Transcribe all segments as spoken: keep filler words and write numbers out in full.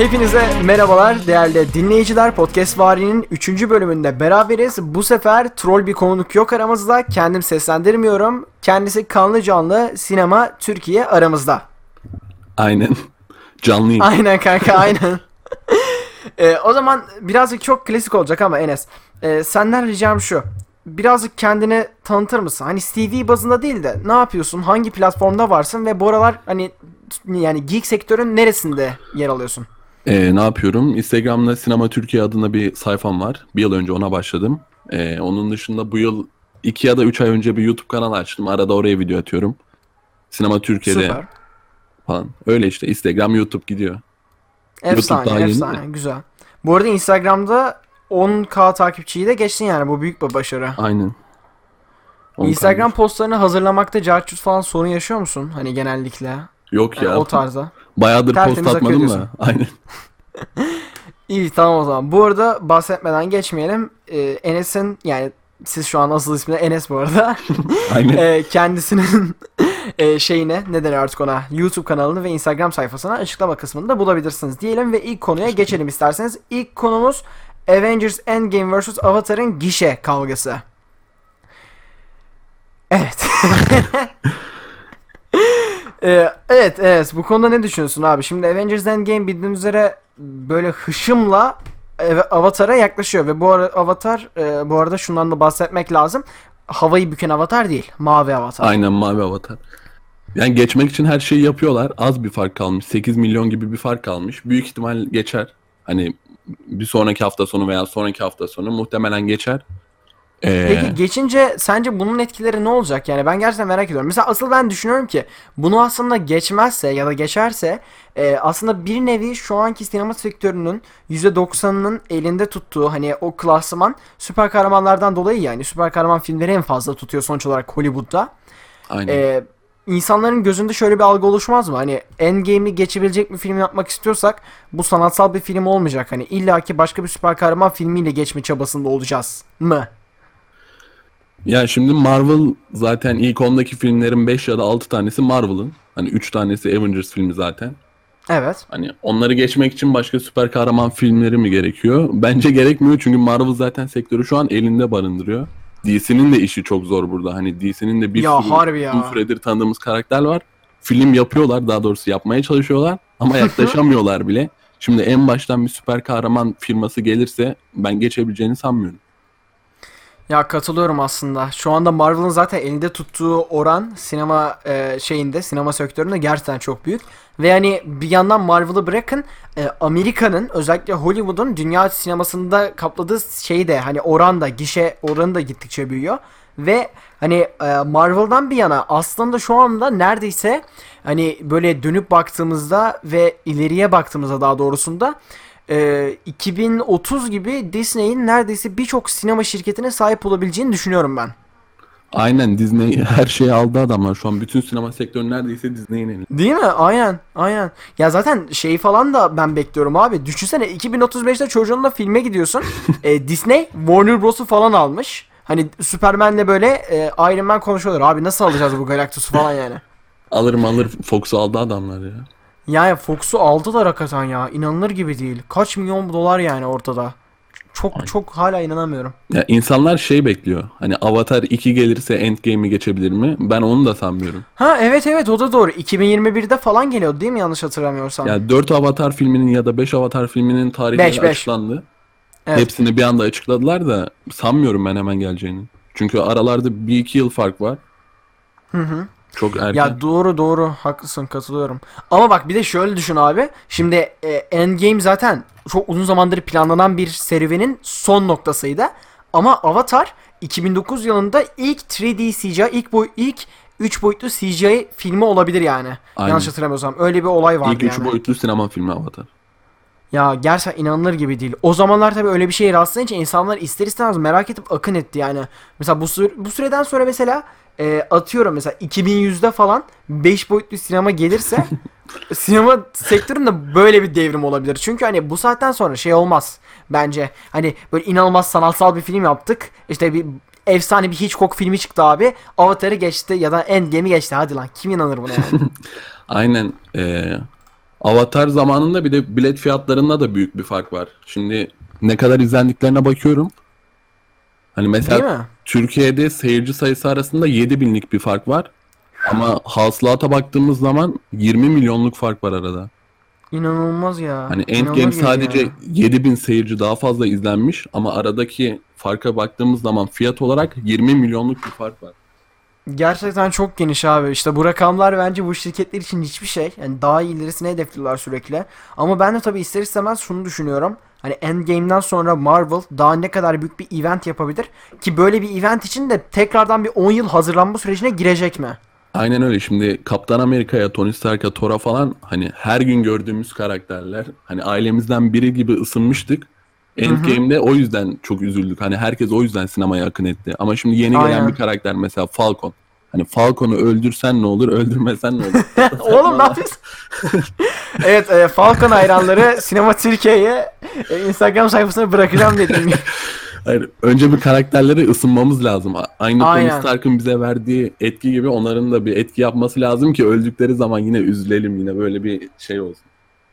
Hepinize merhabalar değerli dinleyiciler. Podcast Vari'nin üçüncü bölümünde beraberiz. Bu sefer troll bir konuk yok aramızda. Kendim seslendirmiyorum. Kendisi kanlı canlı Sinema Türkiye aramızda. Aynen. Canlıyım. Aynen kanka, aynen. ee, o zaman birazcık çok klasik olacak ama Enes. E, senden ricam şu. Birazcık kendini tanıtır mısın? Hani C V bazında değil de ne yapıyorsun? Hangi platformda varsın? Ve bu aralar hani yani geek sektörün neresinde yer alıyorsun? Ee, ne yapıyorum? Instagram'da Sinema Türkiye adında bir sayfam var. Bir yıl önce ona başladım. Ee, onun dışında bu yıl iki ya da üç ay önce bir YouTube kanalı açtım. Arada oraya video atıyorum. Sinema Türkiye'de Süper. falan. Öyle işte Instagram, YouTube gidiyor. Efsane, YouTube daha yeni efsane. de. Güzel. Bu arada Instagram'da on bin takipçiyi de geçtin yani. Bu büyük bir başarı. Aynen. on Instagram kalmış. postlarını hazırlamakta carçut falan sorun yaşıyor musun? Hani genellikle. Yok Yani ya. o tarzda. Bayağıdır post Tertemiz akıyor atmadım diyorsun. da. Aynen. İyi, tamam o zaman. Bu arada bahsetmeden geçmeyelim. Ee, Enes'in, yani siz şu an asıl ismi de Enes bu arada. Aynen. Ee, kendisinin e, şeyine, ne denir artık ona, YouTube kanalını ve Instagram sayfasını açıklama kısmında bulabilirsiniz diyelim ve ilk konuya geçelim isterseniz. İlk konumuz Avengers Endgame vs Avatar'ın gişe kavgası. Evet. Ee, evet, evet. Bu konuda ne düşünüyorsun abi? Şimdi Avengers Endgame bildiğiniz üzere böyle hışımla e, Avatar'a yaklaşıyor ve bu ara Avatar, e, bu arada şundan da bahsetmek lazım. Havayı büken Avatar değil, mavi Avatar. Aynen, mavi avatar. Yani geçmek için her şeyi yapıyorlar. Az bir fark kalmış. sekiz milyon gibi bir fark kalmış. Büyük ihtimal geçer. Hani bir sonraki hafta sonu veya sonraki hafta sonu muhtemelen geçer. Ee, Peki geçince sence bunun etkileri ne olacak? Yani ben gerçekten merak ediyorum. Mesela asıl ben düşünüyorum ki bunu aslında geçmezse ya da geçerse e, aslında bir nevi şu anki sinema sektörünün yüzde doksanının elinde tuttuğu hani o klasman süper kahramanlardan dolayı, yani süper kahraman filmleri en fazla tutuyor sonuç olarak Hollywood'da. aynen. E, insanların gözünde şöyle bir algı oluşmaz mı? Hani Endgame'i geçebilecek bir film yapmak istiyorsak bu sanatsal bir film olmayacak. Hani illaki başka bir süper kahraman filmiyle geçme çabasında olacağız mı? Ya şimdi Marvel zaten ilk ondaki filmlerin beş ya da altı tanesi Marvel'ın. Hani üç tanesi Avengers filmi zaten. Evet. Hani onları geçmek için başka süper kahraman filmleri mi gerekiyor? Bence gerekmiyor çünkü Marvel zaten sektörü şu an elinde barındırıyor. D C'nin de işi çok zor burada. Hani D C'nin de bir Ya sürü harbi uzun ya. süredir tanıdığımız karakter var. Film yapıyorlar, daha doğrusu yapmaya çalışıyorlar ama yaklaşamıyorlar bile. Şimdi en baştan bir süper kahraman firması gelirse ben geçebileceğini sanmıyorum. Ya katılıyorum aslında. Şu anda Marvel'ın zaten elinde tuttuğu oran sinema e, şeyinde, sinema sektöründe gerçekten çok büyük. Ve yani bir yandan Marvel'ı bırakın, e, Amerika'nın, özellikle Hollywood'un dünya sinemasında kapladığı şey de, hani oran da, gişe oranı da gittikçe büyüyor. Ve hani e, Marvel'dan bir yana aslında şu anda neredeyse hani böyle dönüp baktığımızda ve ileriye baktığımızda daha doğrusunda e, iki bin otuz gibi Disney'in neredeyse birçok sinema şirketine sahip olabileceğini düşünüyorum ben. Aynen, Disney her şeyi aldı adamlar. Şu an bütün sinema sektörü neredeyse Disney'in elinde. Değil mi? Aynen. Aynen. Ya zaten şey falan da ben bekliyorum abi. Düşünsene iki bin otuz beşte çocuğunla filme gidiyorsun. e, Disney Warner Bros'u falan almış. Hani Superman'le böyle e, Iron Man konuşuyorlar. Abi nasıl alacağız bu Galactus'u falan yani. Alırım alır, Fox'u aldı adamlar ya. Yani Fox'u aldılar hakikaten ya. İnanılır gibi değil. Kaç milyon dolar yani ortada. Çok Aynen. çok hala inanamıyorum. Ya insanlar şey bekliyor. Hani Avatar iki gelirse Endgame'i geçebilir mi? Ben onu da sanmıyorum. Ha, evet evet, o da doğru. iki bin yirmi birde falan geliyordu değil mi, yanlış hatırlamıyorsam? Ya dört Avatar filminin ya da beş Avatar filminin tarihleri beş beş. açıklandı. Evet. Hepsini bir anda açıkladılar da sanmıyorum ben hemen geleceğini. Çünkü aralarda bir iki yıl fark var. Hı hı. Çok erken. Ya doğru doğru, haklısın, katılıyorum. Ama bak bir de şöyle düşün abi. Şimdi e, Endgame zaten çok uzun zamandır planlanan bir serüvenin son noktasıydı. Ama Avatar iki bin dokuz yılında ilk üç D C G I, ilk boy ilk üç boyutlu C G I filmi olabilir yani. Aynen. Yanlış hatırlamıyorsam öyle bir olay vardı İlk üç yani. boyutlu sinema filmi Avatar. Ya gerçekten inanılır gibi değil. O zamanlar tabii öyle bir şey rastlayınca insanlar ister istemez merak edip akın etti yani. Mesela bu, süre, bu süreden sonra mesela e, atıyorum mesela iki bin yüzde falan beş boyutlu sinema gelirse sinema sektöründe böyle bir devrim olabilir. Çünkü hani bu saatten sonra şey olmaz bence. Hani böyle inanılmaz sanatsal bir film yaptık. İşte bir efsane bir Hitchcock filmi çıktı abi. Avatar'ı geçti ya da Endgame'i geçti. Hadi lan, kim inanır buna yani? Aynen. Ee, Avatar zamanında bir de bilet fiyatlarında da büyük bir fark var. Şimdi ne kadar izlendiklerine bakıyorum. Hani Değil mesela mi? Türkiye'de seyirci sayısı arasında yedi binlik bir fark var. Ama hasılata baktığımız zaman yirmi milyonluk fark var arada. İnanılmaz ya. Hani İnanılır Endgame gibi sadece yani. yedi bin seyirci daha fazla izlenmiş ama aradaki farka baktığımız zaman fiyat olarak yirmi milyonluk bir fark var. Gerçekten çok geniş abi. İşte bu rakamlar bence bu şirketler için hiçbir şey. Yani daha ilerisine hedefliyorlar sürekli. Ama ben de tabii ister istemez şunu düşünüyorum. Hani Endgame'den sonra Marvel daha ne kadar büyük bir event yapabilir ki böyle bir event için de tekrardan bir on yıl hazırlanma sürecine girecek mi? Aynen öyle. Şimdi Kaptan Amerika'ya, Tony Stark'a, Thor'a falan hani her gün gördüğümüz karakterler. Hani ailemizden biri gibi ısınmıştık. Hı hı. Endgame'de o yüzden çok üzüldük. Hani herkes o yüzden sinemaya akın etti. Ama şimdi yeni gelen bir Aynen. karakter mesela Falcon. Hani Falcon'u öldürsen ne olur, öldürmesen ne olur? Patlasan ne Oğlum ne olur? yapıyorsun? Evet, e, Falcon hayranları Sinema Türkiye'ye e, Instagram sayfasına bırakacağım dediğim gibi. Hayır, önce bir karakterlere ısınmamız lazım. A- Aynı Tony Aynen. Stark'ın bize verdiği etki gibi onların da bir etki yapması lazım ki öldükleri zaman yine üzülelim, yine böyle bir şey olsun.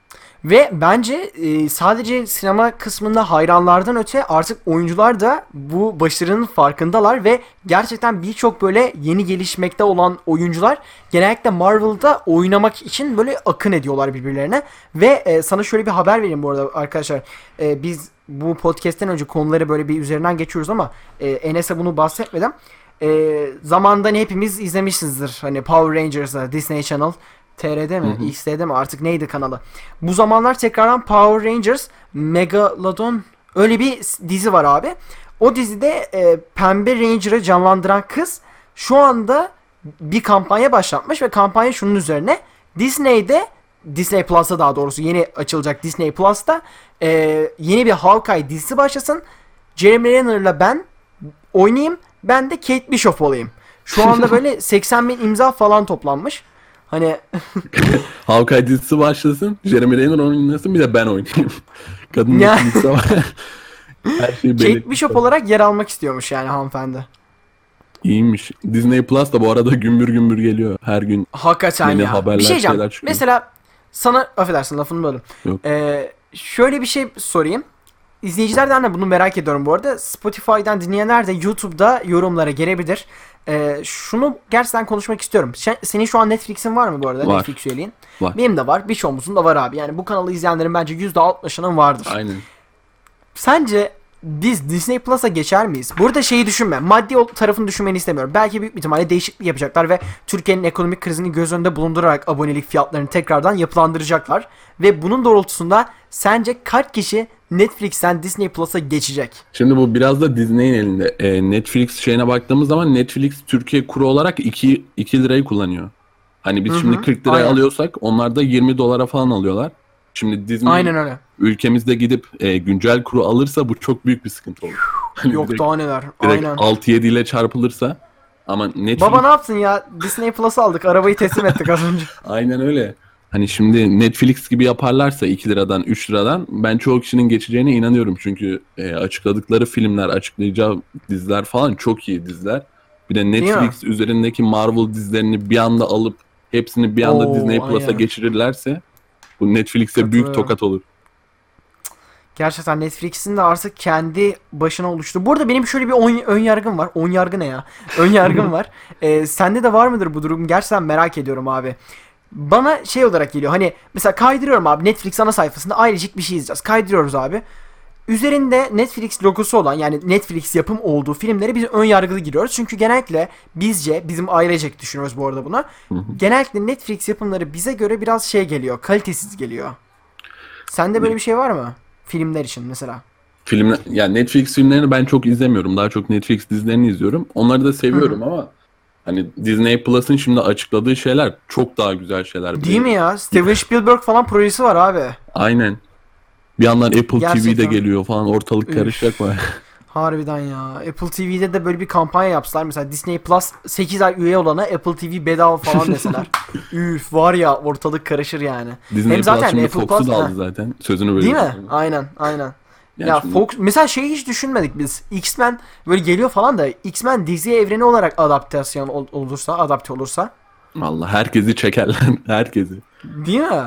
Ve bence e, sadece sinema kısmında hayranlardan öte artık oyuncular da bu başarının farkındalar ve gerçekten birçok böyle yeni gelişmekte olan oyuncular genellikle Marvel'da oynamak için böyle akın ediyorlar birbirlerine. Ve e, sana şöyle bir haber vereyim bu arada arkadaşlar. E, biz bu podcast'ten önce konuları böyle bir üzerinden geçiyoruz ama e, Enes'e bunu bahsetmedim. E, zamandan hepimiz izlemişizdir. Hani Power Rangers'ı Disney Channel. T R'de Hı mi? hı. X D'de mi? Artık neydi kanalı? Bu zamanlar tekrardan Power Rangers Megalodon öyle bir dizi var abi. O dizide e, Pembe Ranger'ı canlandıran kız şu anda bir kampanya başlatmış ve kampanya şunun üzerine: Disney'de, Disney Plus'ta, daha doğrusu yeni açılacak Disney Plus'ta e, yeni bir Hawkeye dizisi başlasın. Jeremy Renner'la ben oynayayım. Ben de Kate Bishop olayım. Şu anda böyle seksen bin imza falan toplanmış. Hani Hawkeye dizisi başlasın. Jeremy Renner oynasın, bir de ben oynayayım. Kadın ya ikilisi var. Her şeyi Kate belirtmiş. Bishop olarak yer almak istiyormuş yani hanımefendi. İyiymiş. Disney Plus da bu arada gümbür gümbür geliyor. Her gün Hakikaten yeni ya. Bir şey haberler, diyeceğim. şeyler çıkıyor. Mesela sana, affedersin lafını böldüm. Yok. Ee, şöyle bir şey sorayım. İzleyicilerden de bunu merak ediyorum bu arada. Spotify'dan dinleyenler de YouTube'da yorumlara gelebilir. Ee, şunu gerçekten konuşmak istiyorum. Şen- Senin şu an Netflix'in var mı bu arada? Var. Netflix üyeliğin. Var. Benim de var. Birçoğumuzun da var abi. Yani bu kanalı izleyenlerin bence yüzde altmışının vardır. Aynen. Sence biz Disney Plus'a geçer miyiz? Burada şeyi düşünme. Maddi ol- tarafını düşünmeni istemiyorum. Belki büyük bir ihtimalle değişiklik yapacaklar ve Türkiye'nin ekonomik krizini göz önünde bulundurarak abonelik fiyatlarını tekrardan yapılandıracaklar. Ve bunun doğrultusunda sence kaç kişi Netflix'ten Disney Plus'a geçecek? Şimdi bu biraz da Disney'in elinde. Ee, Netflix şeyine baktığımız zaman Netflix Türkiye kuru olarak iki, iki lirayı kullanıyor. Hani biz Hı şimdi hı. kırk liraya Aynen. alıyorsak onlar da yirmi dolara falan alıyorlar. Şimdi Disney Aynen öyle. ülkemizde gidip e, güncel kuru alırsa bu çok büyük bir sıkıntı olur. Hani Yok direkt, daha neler. direkt Aynen. altı yedi ile çarpılırsa, ama Netflix Baba ne yaptın ya? Disney Plus'ı aldık. Arabayı teslim ettik az önce. aynen öyle. Hani şimdi Netflix gibi yaparlarsa iki liradan üç liradan ben çoğu kişinin geçeceğine inanıyorum. Çünkü e, açıkladıkları filmler, açıklayacağı diziler falan çok iyi diziler. Bir de Değil mi? Netflix üzerindeki Marvel dizilerini bir anda alıp hepsini bir anda Disney Oo, Plus'a aynen. geçirirlerse bu Netflix'e büyük Katılıyorum. tokat olur. Gerçekten Netflix'in de artık kendi başına oluştu. Burada benim şöyle bir ön, ön yargım var. Ön yargı ne ya? Ön yargım var. Ee, sende de var mıdır bu durum? Gerçekten merak ediyorum abi. Bana şey olarak geliyor. Hani mesela kaydırıyorum abi, Netflix ana sayfasında ailecek bir şey izleyeceğiz. Kaydırıyoruz abi. Üzerinde Netflix logosu olan, yani Netflix yapım olduğu filmlere biz ön yargılı giriyoruz. Çünkü genellikle bizce, bizim ailecek düşünüyoruz bu arada bunu. Hı hı. Genellikle Netflix yapımları bize göre biraz şey geliyor. Kalitesiz geliyor. Sende böyle bir şey var mı? Filmler için mesela. Film, yani Netflix filmlerini ben çok izlemiyorum. Daha çok Netflix dizilerini izliyorum. Onları da Hı hı. seviyorum ama hani Disney Plus'ın şimdi açıkladığı şeyler çok daha güzel şeyler. Bir Değil de- mi ya? Steven Spielberg falan projesi var abi. Aynen. Bir yandan Apple T V'de Gerçekten. geliyor falan, ortalık Üf. karışacak mı? Harbiden ya. Apple T V'de de böyle bir kampanya yapsalar. Mesela Disney Plus sekiz ay üye olana Apple T V bedava falan deseler. Üf, var ya, ortalık karışır yani. Disney Hem Plus zaten şimdi Apple Fox'u Plus... da Heh. aldı zaten. Sözünü Değil bölüyorum. mi? Aynen aynen. Yani Ya şimdi Fox mesela şeyi hiç düşünmedik biz. X-Men böyle geliyor falan da X-Men dizi evreni olarak adaptasyon ol- olursa, adapte olursa, vallahi herkesi çekerler. Herkesi. değil mi?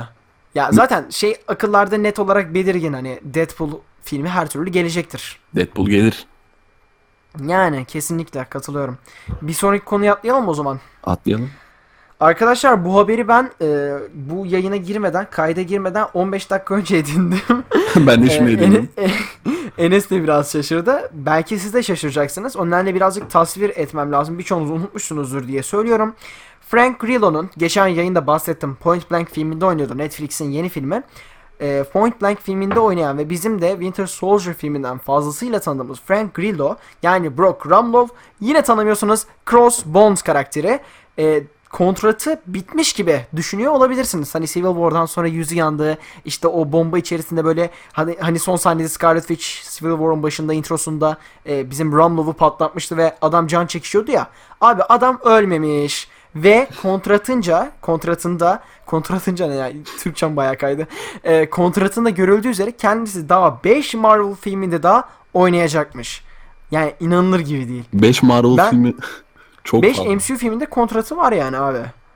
Ya zaten şey akıllarda net olarak belirgin, hani Deadpool filmi her türlü gelecektir. Deadpool gelir. Yani kesinlikle katılıyorum. Bir sonraki konuya atlayalım o zaman. Atlayalım. Arkadaşlar bu haberi ben e, bu yayına girmeden, kayda girmeden on beş dakika önce edindim. Ben de E, şimdi Ene- edeyim. Enes de biraz şaşırdı. Belki siz de şaşıracaksınız. Onlarla birazcık tasvir etmem lazım. Birçoğunuz unutmuşsunuzdur diye söylüyorum. Frank Grillo'nun geçen yayında bahsettim, Point Blank filminde oynuyordu. Netflix'in yeni filmi. E, Point Blank filminde oynayan ve bizim de Winter Soldier filminden fazlasıyla tanıdığımız Frank Grillo, yani Brock Rumlow, yine tanımıyorsunuz, Crossbones karakteri. E, kontratı bitmiş gibi düşünüyor olabilirsiniz. Hani Civil War'dan sonra yüzü yandı. İşte o bomba içerisinde böyle hani hani son sahnede Scarlet Witch Civil War'un başında introsunda e, bizim Rumlow'u patlatmıştı ve adam can çekişiyordu ya. Abi adam ölmemiş. Ve kontratınca, kontratında, kontratınca ne ya? Türkçem bayağı kaydı. E, kontratında görüldüğü üzere kendisi daha beş Marvel filminde daha oynayacakmış. Yani inanılır gibi değil. beş Marvel Ben- filmi çok beş fazla. M C U filminde kontratı var yani abi.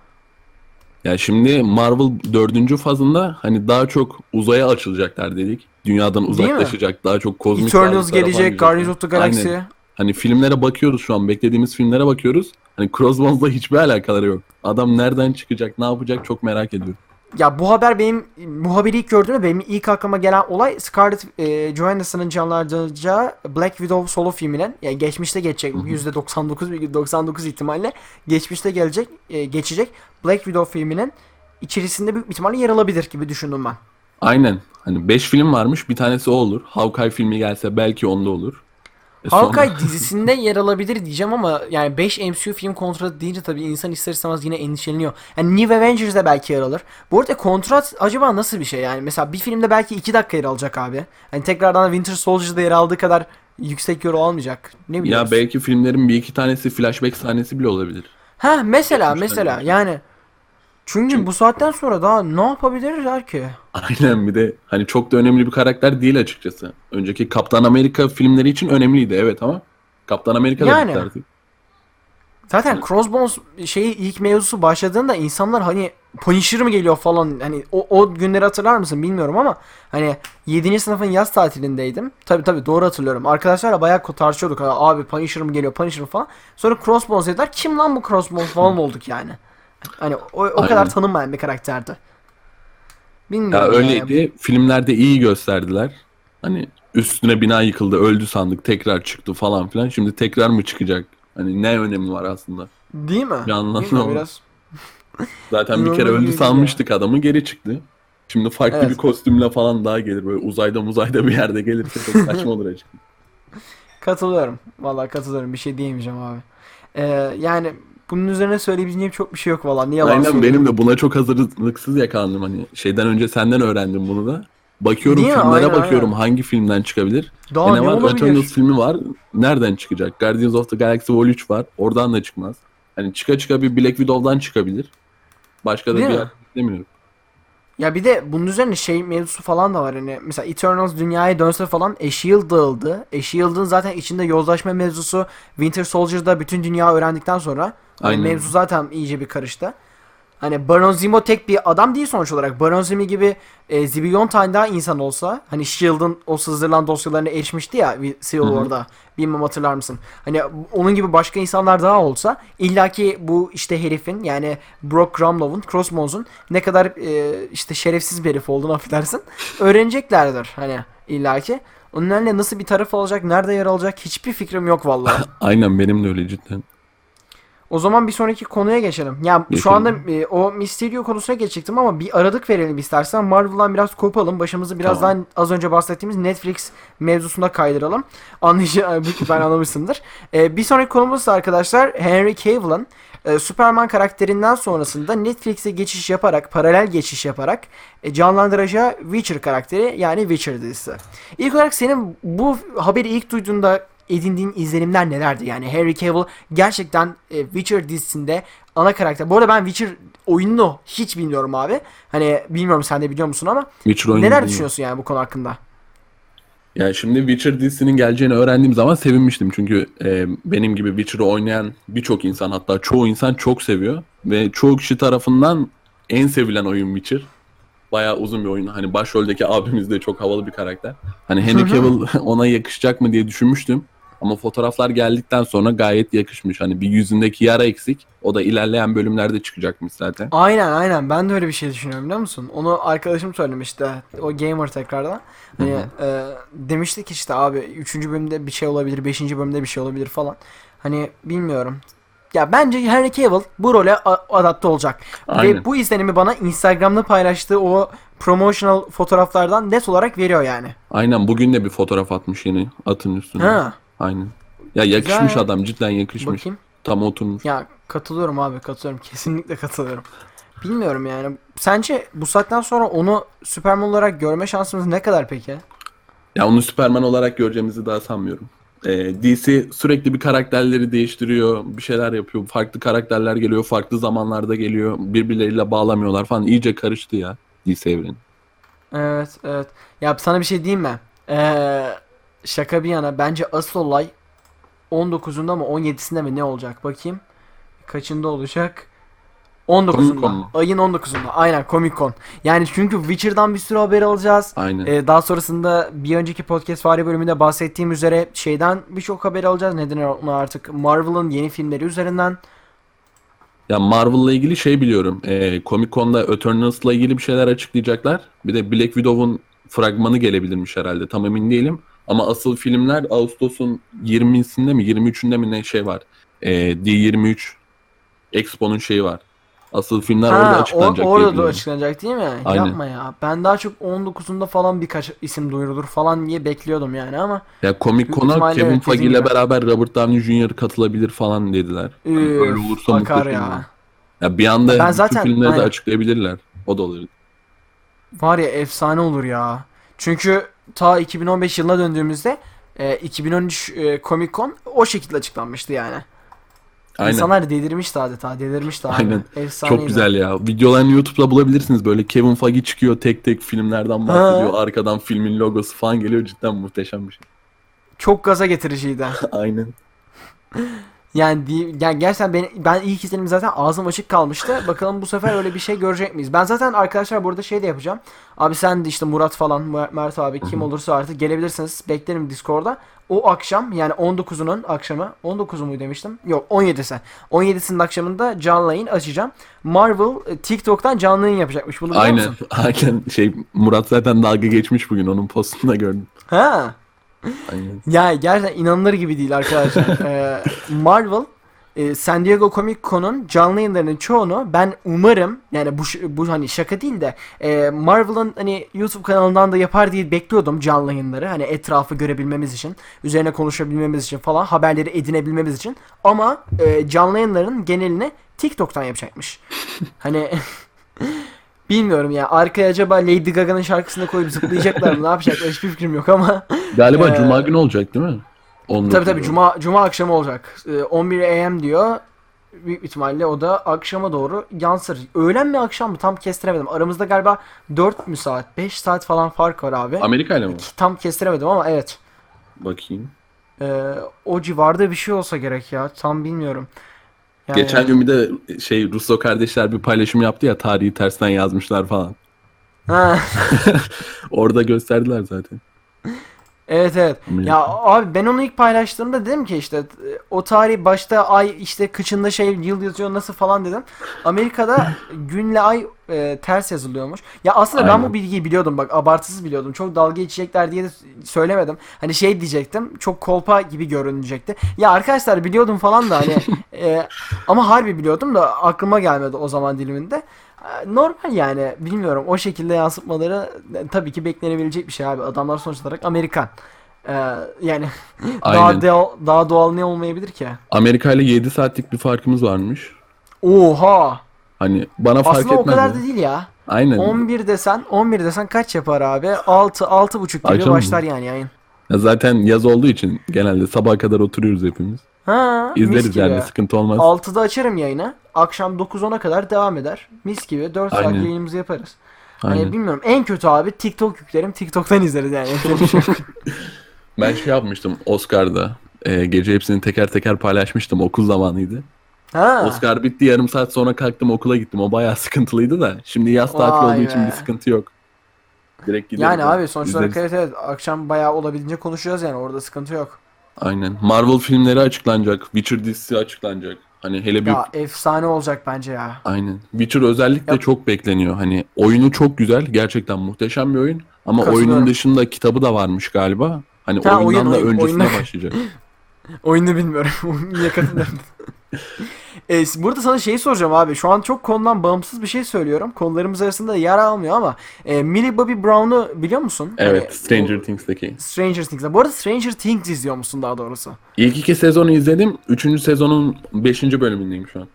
Ya şimdi Marvel dördüncü fazında hani daha çok uzaya açılacaklar dedik. Dünyadan Değil mi? uzaklaşacak, daha çok kozmik Eternals varlıklara falan gelecek, girecekler. Guardians of the Galaxy. Aynen. Hani filmlere bakıyoruz şu an, beklediğimiz filmlere bakıyoruz. Hani Crossbones'la hiçbir alakaları yok. Adam nereden çıkacak, ne yapacak çok merak ediyorum. Ya bu haber benim, bu haberi ilk gördüğümde benim ilk aklıma gelen olay Scarlett e, Johansson'ın canlandıracağı Black Widow solo filminin, yani geçmişte geçecek yüzde doksan dokuz virgül doksan dokuz ihtimalle geçmişte gelecek e, geçecek Black Widow filminin içerisinde büyük ihtimalle yer alabilir gibi düşündüm ben. Aynen. Hani beş film varmış, bir tanesi o olur. Hawkeye filmi gelse belki onda olur. E sonra- Hawkeye dizisinde yer alabilir diyeceğim ama yani beş M C U film kontratı deyince tabii insan ister istemez yine endişeleniyor. Yani New Avengers'da belki yer alır. Bu arada kontrat acaba nasıl bir şey yani? Mesela bir filmde belki iki dakika yer alacak abi. Hani tekrardan Winter Soldier'da yer aldığı kadar yüksek euro almayacak. Ne Ya biliyoruz? belki filmlerin bir iki tanesi flashback sahnesi bile olabilir. Ha mesela Geçmişten mesela geçmiş. yani çünkü Çünkü- bu saatten sonra daha ne yapabilirler ki? Aynen, bir de hani çok da önemli bir karakter değil açıkçası. Önceki Kaptan Amerika filmleri için önemliydi evet ama Kaptan Amerika da Yani. bitti artık. Zaten Crossbones şeyi ilk mevzusu başladığında insanlar hani Punisher mı geliyor falan, hani o, o günleri hatırlar mısın bilmiyorum ama hani yedinci sınıfın yaz tatilindeydim. Tabi tabi doğru hatırlıyorum. Arkadaşlarla bayağı tartışıyorduk. Ha, abi Punisher mı geliyor, Punisher mı falan. Sonra Crossbones dediler. Kim lan bu Crossbones falan olduk yani. Hani o, o kadar Aynen. tanınmayan bir karakterdi. Ya Bilmiyorum öyleydi. yani. Filmlerde iyi gösterdiler. Hani üstüne bina yıkıldı, öldü sandık, tekrar çıktı falan filan. Şimdi tekrar mı çıkacak? Hani ne önemi var aslında? Değil mi? Bir anlamı Bilmiyorum, var. biraz. Zaten bir kere İnanılır gibi öldü değil sanmıştık adamı, geri çıktı. Şimdi farklı Evet. bir kostümle falan daha gelir. Böyle uzayda muzayda bir yerde gelirse çok saçma olur açıkçası. Katılıyorum. Vallahi katılıyorum. Bir şey diyemeyeceğim abi. Ee, yani bunun üzerine söyleyebileceğim çok bir şey yok vallahi. Niye yalan Aynen, söyleyeyim? benim de buna çok hazırlıksız yakalandım, hani şeyden önce senden öğrendim bunu da. Bakıyorum Değil mi? filmlere, Aynen, bakıyorum aynen. hangi filmden çıkabilir. Daha E ne ne var? olabilir? Eternals filmi var. Nereden çıkacak? Guardians of the Galaxy Vol üç var. Oradan da çıkmaz. Hani çıka çıka bir Black Widow'dan çıkabilir. Başka da Değil bir mi? yer demiyorum. Ya bir de bunun üzerine şey mevzusu falan da var, hani mesela Eternals dünyaya dönse falan, A S H I E L D dağıldı. A S H I E L D'ın zaten içinde yozlaşma mevzusu Winter Soldier'da bütün dünya öğrendikten sonra hani Aynen. mevzu zaten iyice bir karıştı. Hani Baron Zemo tek bir adam değil sonuç olarak. Baron Zemo gibi e, zibilyon tane daha insan olsa, hani S H I E L D'ın o sızdırılan dosyalarına erişmişti ya Civil Hı hı. War'da. Bilmem hatırlar mısın? Hani onun gibi başka insanlar daha olsa illaki bu işte herifin, yani Brock Rumlow'un, Crossbones'un ne kadar e, işte şerefsiz bir herif olduğunu affedersin öğreneceklerdir hani illaki. Onlarla nasıl bir taraf olacak, nerede yer alacak hiçbir fikrim yok vallahi. Aynen, benim de öyle cidden. O zaman bir sonraki konuya geçelim. Ya şu Geçelim. anda e, o Mysterio konusuna geçecektim ama bir aralık verelim istersen. Marvel'dan biraz kopalım. Başımızı biraz Tamam. daha az önce bahsettiğimiz Netflix mevzusuna kaydıralım. Anlayacağım, ben anlamışsındır. E, bir sonraki konumuz ise arkadaşlar Henry Cavill'ın e, Superman karakterinden sonrasında Netflix'e geçiş yaparak, paralel geçiş yaparak e, canlandıracağı Witcher karakteri, yani Witcher dizisi. İlk olarak senin bu haberi ilk duyduğunda edindiğin izlenimler nelerdi? Yani Henry Cavill gerçekten e, Witcher dizisinde ana karakter. Bu arada ben Witcher oyununu hiç bilmiyorum abi. Hani bilmiyorum sen de biliyor musun ama Witcher oyunu neler bilmiyorum. düşünüyorsun yani bu konu hakkında? Yani şimdi Witcher dizisinin geleceğini öğrendiğim zaman sevinmiştim. Çünkü e, benim gibi Witcher'ı oynayan birçok insan, hatta çoğu insan çok seviyor. Ve çoğu kişi tarafından en sevilen oyun Witcher. bayağı uzun bir oyun. Hani başroldeki abimiz de çok havalı bir karakter. Hani Henry Cavill ona yakışacak mı diye düşünmüştüm. Ama fotoğraflar geldikten sonra gayet yakışmış. Hani bir yüzündeki yara eksik. O da ilerleyen bölümlerde çıkacakmış zaten. Aynen aynen, ben de öyle bir şey düşünüyorum biliyor musun? Onu arkadaşım söylemişti, o gamer tekrardan. Hani e, demişti ki işte abi üçüncü bölümde bir şey olabilir, beşinci bölümde bir şey olabilir falan. Hani bilmiyorum. Ya bence Henry Cavill bu role a- adapte olacak. Aynen. Ve bu izlenimi bana Instagram'da paylaştığı o promotional fotoğraflardan net olarak veriyor yani. Aynen, bugün de bir fotoğraf atmış yeni atın üstüne. Ha, Aynen. Ya yakışmış güzel. adam, cidden yakışmış. Bakayım. Tam oturmuş. Ya katılıyorum abi, katılıyorum. Kesinlikle katılıyorum. Bilmiyorum yani. Sence bu saatten sonra onu Superman olarak görme şansımız ne kadar peki? Ya onu Superman olarak göreceğimizi daha sanmıyorum. Ee, D C sürekli bir karakterleri değiştiriyor, bir şeyler yapıyor. Farklı karakterler geliyor, farklı zamanlarda geliyor. Birbirleriyle bağlamıyorlar falan. İyice karıştı ya D C evreni. Evet, evet. Ya sana bir şey diyeyim mi? Ee, şaka bir yana bence asıl olay on dokuzunda mı on yedisinde mi ne olacak? Bakayım. Kaçında olacak? Comic on dokuzunda. Con mu? Ayın on dokuzunda. Aynen, Comic Con. Yani çünkü Witcher'dan bir sürü haber alacağız. Aynen. Ee, daha sonrasında bir önceki podcast fare bölümünde bahsettiğim üzere şeyden birçok haber alacağız. Neden ona artık Marvel'ın yeni filmleri üzerinden. Ya Marvel'la ilgili şey biliyorum. Ee, Comic Con'da Eternals'la ilgili bir şeyler açıklayacaklar. Bir de Black Widow'un fragmanı gelebilirmiş herhalde. Tam emin değilim. Ama asıl filmler Ağustos'un yirmisinde mi yirmi üçünde mi ne şey var. Ee, D yirmi üç Expo'nun şeyi var. Asıl filmler orada Ha, o, açıklanacak diye orada da biliyorum. açıklanacak değil mi? Aynen. Yapma ya. Ben daha çok on dokuzunda falan birkaç isim duyurulur falan diye bekliyordum yani ama Ya Comic büyük Con'a ihtimalle Kevin evet, Feige dediğin ile gibi. beraber Robert Downey Junior katılabilir falan dediler. Hani öyle Üf, olursa akar muhteşem olur. ya. Ya bir anda Ben bütün zaten filmleri de aynen. açıklayabilirler. O da olur. Var ya, efsane olur ya. Çünkü ta iki bin on beş yılına döndüğümüzde e, iki bin on üç e, Comic Con o şekilde açıklanmıştı yani. Aynen. İnsanlar delirmişti adeta, delirmişti abi. Aynen. Efsaneydi. Çok güzel ya. Videolarını YouTube'da bulabilirsiniz. Böyle Kevin Feige çıkıyor, tek tek filmlerden bahsediyor. Ha. Arkadan filmin logosu falan geliyor. Cidden muhteşem bir şey. Çok gaza getiriciydi. Aynen. Yani, di- yani gerçekten ben, ben ilk izlenim zaten ağzım açık kalmıştı. Bakalım bu sefer öyle bir şey görecek miyiz? Ben zaten arkadaşlar burada şey de yapacağım. Abi sen de işte Murat falan, Mer- Mert abi kim olursa artık gelebilirsiniz. Beklerim Discord'da. O akşam yani on dokuzunun akşamı. on dokuzu mu demiştim? Yok, on yedisi. on yedisinin akşamında canlı yayın açacağım. Marvel e, TikTok'tan canlı yayın yapacakmış. Bunu biliyor Aynen. musun? Aynen. Şey, Murat zaten dalga geçmiş bugün. Onun postunu da gördüm. Ha. Aynen. Ya gerçekten inanılır gibi değil arkadaşlar. Ee, Marvel e, San Diego Comic Con'un canlı yayınlarının çoğunu ben umarım, yani bu ş- bu hani şaka değil de e, Marvel'ın hani YouTube kanalından da yapar diye bekliyordum canlı yayınları. Hani etrafı görebilmemiz için, üzerine konuşabilmemiz için falan, haberleri edinebilmemiz için. Ama e, canlı yayınların genelini TikTok'tan yapacakmış. Hani bilmiyorum ya, arkaya acaba Lady Gaga'nın şarkısını koyup zıplayacaklar mı, ne yapacaklar hiçbir fikrim yok ama Galiba Ee, Cuma günü olacak değil mi? on tabii tabii dokuzu. cuma cuma akşamı olacak. Ee, on bir A M diyor. Büyük ihtimalle o da akşama doğru yansır. Öğlen mi akşam mı tam kestiremedim. Aramızda galiba dört mü saat, beş saat falan fark var abi. Amerika ile mi? Ki- Tam kestiremedim ama evet. Bakayım. Ee, o civarda bir şey olsa gerek ya. Tam bilmiyorum. Yani Geçen gün bir de şey Russo kardeşler bir paylaşım yaptı ya, tarihi tersten yazmışlar falan. ha. Orada gösterdiler zaten. Evet evet. Amerika. Ya abi ben onu ilk paylaştığımda dedim ki işte e, o tarih başta ay işte kıçında şey yıl yazıyor nasıl falan dedim. Amerika'da günle ay e, ters yazılıyormuş. Ya aslında ben Aynen. bu bilgiyi biliyordum, bak abartısız biliyordum. Çok dalga geçecekler diye de söylemedim. Hani şey diyecektim, çok kolpa gibi görünecekti. Ya arkadaşlar biliyordum falan da hani e, ama harbi biliyordum da aklıma gelmedi o zaman diliminde. E, Normal yani, bilmiyorum, o şekilde yansıtmaları e, tabii ki beklenebilecek bir şey abi. Adamlar sonuç olarak Amerikan. E, yani daha Aynen. doğal, daha doğal ne olmayabilir ki? Amerika ile yedi saatlik bir farkımız varmış. Oha! Hani bana fark Aslında o etmez kadar ya. da değil ya. Aynen. on bir desen, on bir desen kaç yapar abi? altı, altı buçuk gibi Akşam mı? başlar yani yayın. Ya zaten yaz olduğu için genelde sabaha kadar oturuyoruz hepimiz. Ha, mis İzleriz gibi. yani, sıkıntı olmaz. altıda açarım yayını. Akşam dokuz ona kadar devam eder. Mis gibi dört saat Aynen. yayınımızı yaparız. Hani Aynen. bilmiyorum, en kötü abi TikTok yüklerim. TikTok'tan izleriz yani. Yapacak bir şey yok. Ben şey yapmıştım Oscar'da. Ee, gece hepsini teker teker paylaşmıştım. Okul zamanıydı. Ha. Oscar bitti, yarım saat sonra kalktım okula gittim. O bayağı sıkıntılıydı da. Şimdi yaz tatili olduğu Vay için bir be. sıkıntı yok. Direkt gideriz Yani ya. abi sonuç olarak İzleriz. evet, evet akşam bayağı olabildiğince konuşacağız yani, orada sıkıntı yok. Aynen. Marvel filmleri açıklanacak. Witcher dizisi açıklanacak. Hani hele bir Ya efsane olacak bence ya. aynen. Witcher özellikle Ya çok bekleniyor. Hani oyunu çok güzel. Gerçekten muhteşem bir oyun. Ama oyunun katılıyorum. dışında kitabı da varmış galiba. Hani Ha, oyun oyundan da oyun oyunda öncesine başlayacak. oyunu bilmiyorum. Niye katılıyorum? E, burada sana şeyi soracağım abi. Şu an çok konudan bağımsız bir şey söylüyorum. Konularımız arasında yer almıyor ama e, Millie Bobby Brown'u biliyor musun? Hani Evet, bu Stranger Things'teki. Stranger Things'te. Bu arada Stranger Things izliyor musun daha doğrusu? İlk iki sezonu izledim. Üçüncü sezonun beşinci bölümündeyim şu an.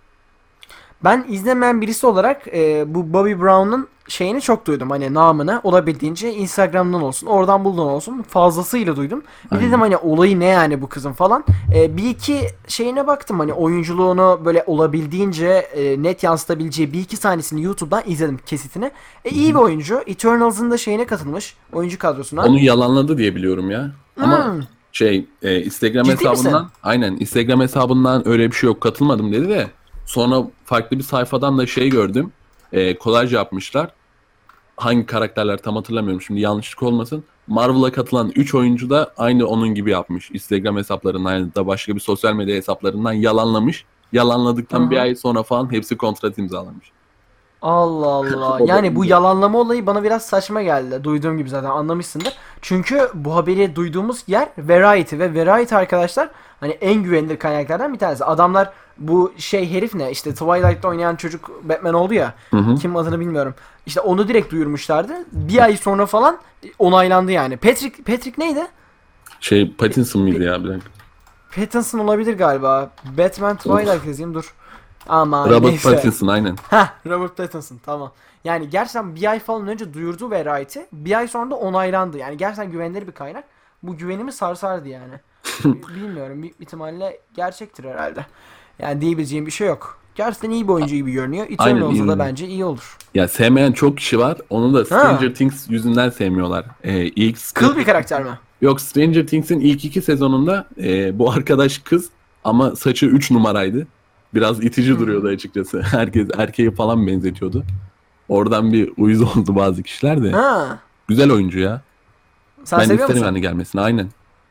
Ben izlemeyen birisi olarak e, bu Bobby Brown'un şeyini çok duydum. Hani namını olabildiğince Instagram'dan olsun, oradan bulduğun olsun fazlasıyla duydum. Bir dedim Aynen. hani olayı ne yani bu kızın falan. E, bir iki şeyine baktım, hani oyunculuğunu böyle olabildiğince e, net yansıtabileceği bir iki sahnesini YouTube'dan izledim, kesitini. E, Hı iyi hı. bir oyuncu. Eternals'ın da şeyine katılmış, oyuncu kadrosuna. Onu yalanladı diye biliyorum ya. Ama Hmm, şey e, Instagram ciddi misin? hesabından aynen Instagram hesabından öyle bir şey yok, katılmadım dedi de sonra farklı bir sayfadan da şey gördüm. E, kolaj yapmışlar. Hangi karakterler tam hatırlamıyorum şimdi, yanlışlık olmasın. Marvel'a katılan üç oyuncu da aynı onun gibi yapmış. Instagram hesaplarından ya da başka bir sosyal medya hesaplarından yalanlamış. Hı Yalanladıktan bir hı. ay sonra falan hepsi kontrat imzalamış. Allah Allah. O da Yani bu iyiydi. yalanlama olayı bana biraz saçma geldi. Duyduğum gibi zaten anlamışsındır. Çünkü bu haberi duyduğumuz yer Variety ve Variety arkadaşlar hani en güvenilir kaynaklardan bir tanesi. Adamlar bu şey herif ne? İşte Twilight'ta oynayan çocuk Batman oldu ya. Hı hı. Kim adını bilmiyorum. İşte onu direkt duyurmuşlardı. Bir ay sonra falan onaylandı yani. Patrick Patrick neydi? Şey Pattinson mıydı Bir, ya, bir dakika. Pattinson olabilir galiba. Batman Of. Twilight yazayım dur. Aman Robert neyse. Pattinson aynen. Ha, Robert Pattinson tamam. Yani gerçekten bir ay falan önce duyurdu Variety. Bir ay sonra da onaylandı. Yani gerçekten güvenilir bir kaynak. Bu güvenimi sarsardı yani. Bilmiyorum. Büyük ihtimalle gerçektir herhalde. Yani diyebileceğim bir şey yok. Gerçekten iyi bir oyuncu gibi görünüyor. Aynen, Eternals'da da iyi. bence iyi olur. Ya sevmeyen çok kişi var. Onu da Ha, Stranger Things yüzünden sevmiyorlar. Ee, ilk kıl bir Stranger karakter mi? Yok, Stranger Things'in ilk iki sezonunda e, bu arkadaş kız ama saçı üç numaraydı. Biraz Hı itici duruyordu hı. açıkçası. Herkes erkeği falan benzetiyordu. Oradan bir uyuz oldu bazı kişiler de. Ha, Güzel oyuncu ya. sen Ben seviyor isterim musun? yani gelmesini, aynen.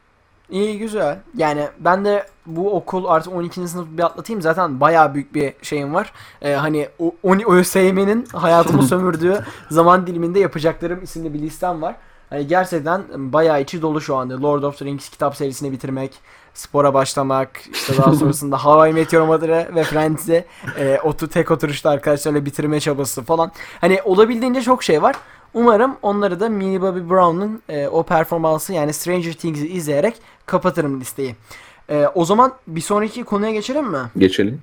İyi güzel. Yani ben de bu okul artık on ikinci sınıfı bir atlatayım. Zaten bayağı büyük bir şeyim var. Ee, hani o, o ÖSYM'nin hayatımı sömürdüğü zaman diliminde yapacaklarım isimli bir listem var. Hani gerçekten bayağı içi dolu şu anda. Lord of the Rings kitap serisini bitirmek, spora başlamak, işte daha sonrasında How I Met Your Mother'ı ve Friends'i e, otu tek oturuşta arkadaşlarla bitirme çabası falan. Hani olabildiğince çok şey var. Umarım onları da Millie Bobby Brown'un e, o performansı yani Stranger Things'i izleyerek kapatırım listeyi. E, o zaman bir sonraki konuya geçelim mi? Geçelim.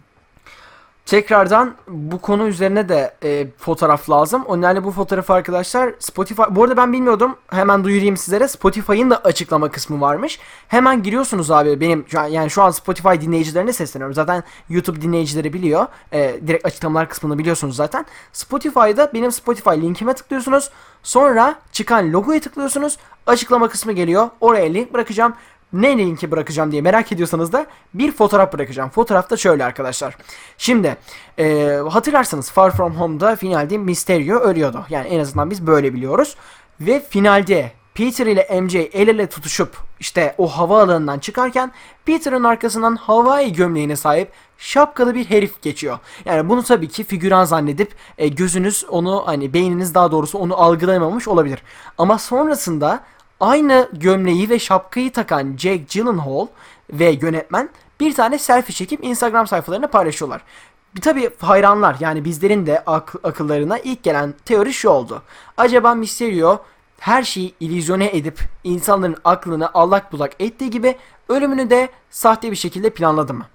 Tekrardan bu konu üzerine de e, fotoğraf lazım. O nedenle bu fotoğrafı arkadaşlar Spotify... Bu arada ben bilmiyordum. Hemen duyurayım sizlere. Spotify'ın da açıklama kısmı varmış. Hemen giriyorsunuz abi. Benim şu an, yani şu an Spotify dinleyicilerine sesleniyorum. Zaten YouTube dinleyicileri biliyor. E, direkt açıklamalar kısmını biliyorsunuz zaten. Spotify'da benim Spotify linkime tıklıyorsunuz. Sonra çıkan logoya tıklıyorsunuz. Açıklama kısmı geliyor. Oraya link bırakacağım. Ne linki bırakacağım diye merak ediyorsanız da bir fotoğraf bırakacağım. Fotoğraf da şöyle arkadaşlar. Şimdi e, hatırlarsanız Far From Home'da finalde Mysterio ölüyordu. Yani en azından biz böyle biliyoruz. Ve finalde Peter ile M J el ele tutuşup işte o havaalanından çıkarken Peter'ın arkasından havai gömleğine sahip şapkalı bir herif geçiyor. Yani bunu tabii ki figüran zannedip e, gözünüz onu hani beyniniz daha doğrusu onu algılayamamış olabilir. Ama sonrasında aynı gömleği ve şapkayı takan Jake Gyllenhaal ve yönetmen bir tane selfie çekip Instagram sayfalarına paylaşıyorlar. Bir tabi hayranlar yani bizlerin de ak- akıllarına ilk gelen teori şu oldu. Acaba Mysterio her şeyi illüzyone edip insanların aklını allak bullak ettiği gibi ölümünü de sahte bir şekilde planladı mı?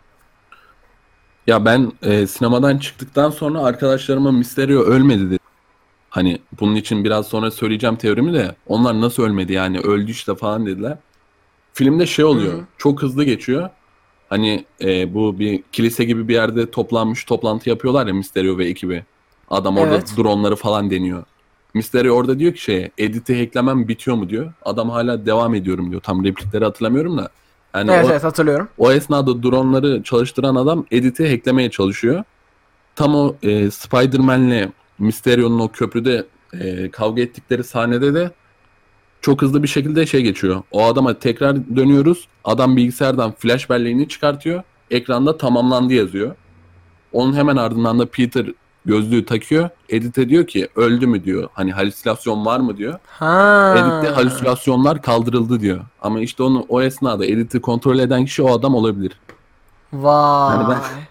Ya ben e, sinemadan çıktıktan sonra arkadaşlarıma Mysterio ölmedi dedi. Hani bunun için biraz sonra söyleyeceğim teorimi de, onlar nasıl ölmedi yani, öldü işte falan dediler. Filmde şey Hı oluyor, hı. çok hızlı geçiyor. Hani e, bu bir kilise gibi bir yerde toplanmış, toplantı yapıyorlar ya Mysterio ve ekibi. Adam orada Evet. dronları falan deniyor. Mysterio orada diyor ki şeye, editi hacklemem bitiyor mu diyor. Adam hala devam ediyorum diyor. Tam replikleri hatırlamıyorum da. Yani Evet o, evet hatırlıyorum. o esnada dronları çalıştıran adam Edith'i hacklemeye çalışıyor. Tam o e, Spider-Man'le Mysterio'nun o köprüde e, kavga ettikleri sahnede de çok hızlı bir şekilde şey geçiyor. O adama tekrar dönüyoruz. Adam bilgisayardan flash belleğini çıkartıyor. Ekranda tamamlandı yazıyor. Onun hemen ardından da Peter gözlüğü takıyor. Edith'e diyor ki öldü mü diyor. Hani halüsinasyon var mı diyor. Edith'te Ha. halüsinasyonlar kaldırıldı diyor. Ama işte onu o esnada Edith'i kontrol eden kişi o adam olabilir. Yani ben Vay.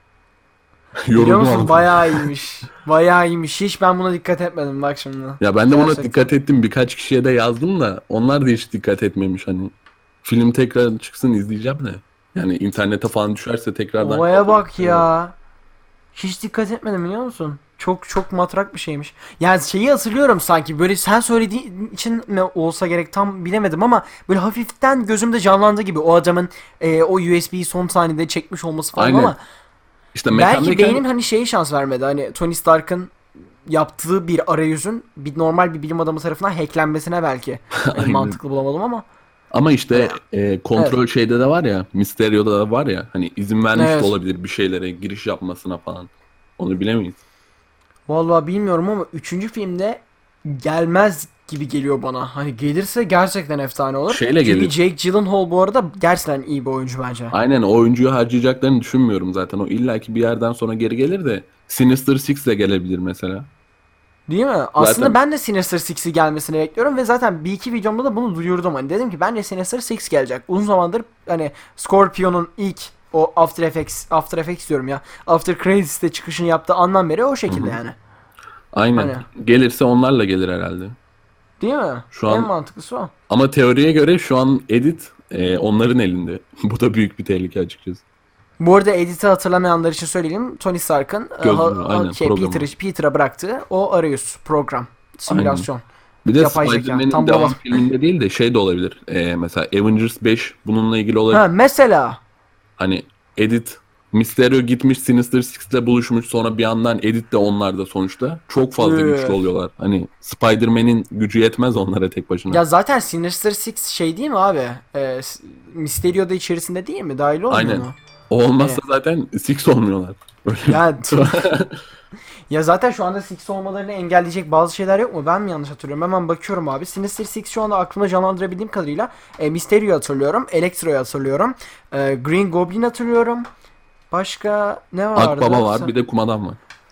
Biliyor yoruldum musun? anlatamam. Bayağı iyiymiş. Bayağı iyiymiş. Hiç ben buna dikkat etmedim bak şimdi. Ya ben de buna Gerçekten. dikkat ettim. Birkaç kişiye de yazdım da onlar da hiç dikkat etmemiş hani. Film tekrar çıksın izleyeceğim de. Yani internete falan düşerse tekrardan Olaya kontrol bak edeceğim. ya. Hiç dikkat etmedim biliyor musun? Çok çok matrak bir şeymiş. Yani şeyi hatırlıyorum sanki böyle sen söylediğin için mi olsa gerek tam bilemedim ama böyle hafiften gözümde canlandı gibi o adamın e, o U S B'yi son sahnede çekmiş olması falan Aynen. ama İşte belki mekandayken beynim hani şeyi şans vermedi. Hani Tony Stark'ın yaptığı bir arayüzün bir normal bir bilim adamı tarafından hacklenmesine belki hani aynen. mantıklı bulamadım ama Ama hani işte e, evet. kontrol şeyde de var ya, Mysterio'da da var ya, hani izin vermiş de Evet. olabilir bir şeylere giriş yapmasına falan. Onu bilemeyiz. Vallahi bilmiyorum ama üçüncü filmde gelmez gibi geliyor bana. Hani gelirse gerçekten efsane olur. Şeyle Çünkü gelir. Jake Gyllenhaal bu arada gerçekten iyi bir oyuncu bence. Aynen, o oyuncuyu harcayacaklarını düşünmüyorum zaten. O illaki bir yerden sonra geri gelir de Sinister Six de gelebilir mesela. Değil mi? Aslında Zaten ben de Sinister Six'i gelmesini bekliyorum ve zaten bir iki videomda da bunu duyurdum. Hani dedim ki bence Sinister Six gelecek. Uzun zamandır hani Scorpion'un ilk o After Effects, After Effects diyorum ya. After Credits'te çıkışını yaptığı andan beri o hı şekilde hı. yani. Aynen. Hani Gelirse onlarla gelir herhalde. değil mi? Şu En an mantıklısı o. ama teoriye göre şu an edit e, onların elinde. Bu da büyük bir tehlike açıkçası. Bu arada Edith'i hatırlamayanlar için söyleyeyim. Tony Stark'ın e, ha- Gözlüğü ha- aynen şey, Peter, programı. Peter'a bıraktığı o arayüz program, Aynen. simülasyon, Bir de yapay zeka. Spider-Man'in Tam bulamadım. devam filminde değil de şey de olabilir. Ee, mesela Avengers beş bununla ilgili Ha olabilir. mesela. Hani Edit Mysterio gitmiş Sinister Six'le buluşmuş, sonra bir yandan Edit de onlarda sonuçta. Çok fazla güçlü Üf. oluyorlar. Hani Spider-Man'in gücü yetmez onlara tek başına. Ya zaten Sinister Six şey değil mi abi? E, S- Mysterio da içerisinde değil mi? Dahil olmuyor Aynen. mu? O olmazsa Hani zaten Six olmuyorlar. Öyle bir ya sıkıntı var. ya zaten şu anda Six olmalarını engelleyecek bazı şeyler yok mu? Ben mi yanlış hatırlıyorum? Hemen bakıyorum abi. Sinister Six şu anda aklımda canlandırabildiğim kadarıyla e, Mysterio'yu hatırlıyorum, Electro'yu hatırlıyorum, e, Green Goblin hatırlıyorum. Başka ne Akbaba vardı? var, bir de Kumadan var.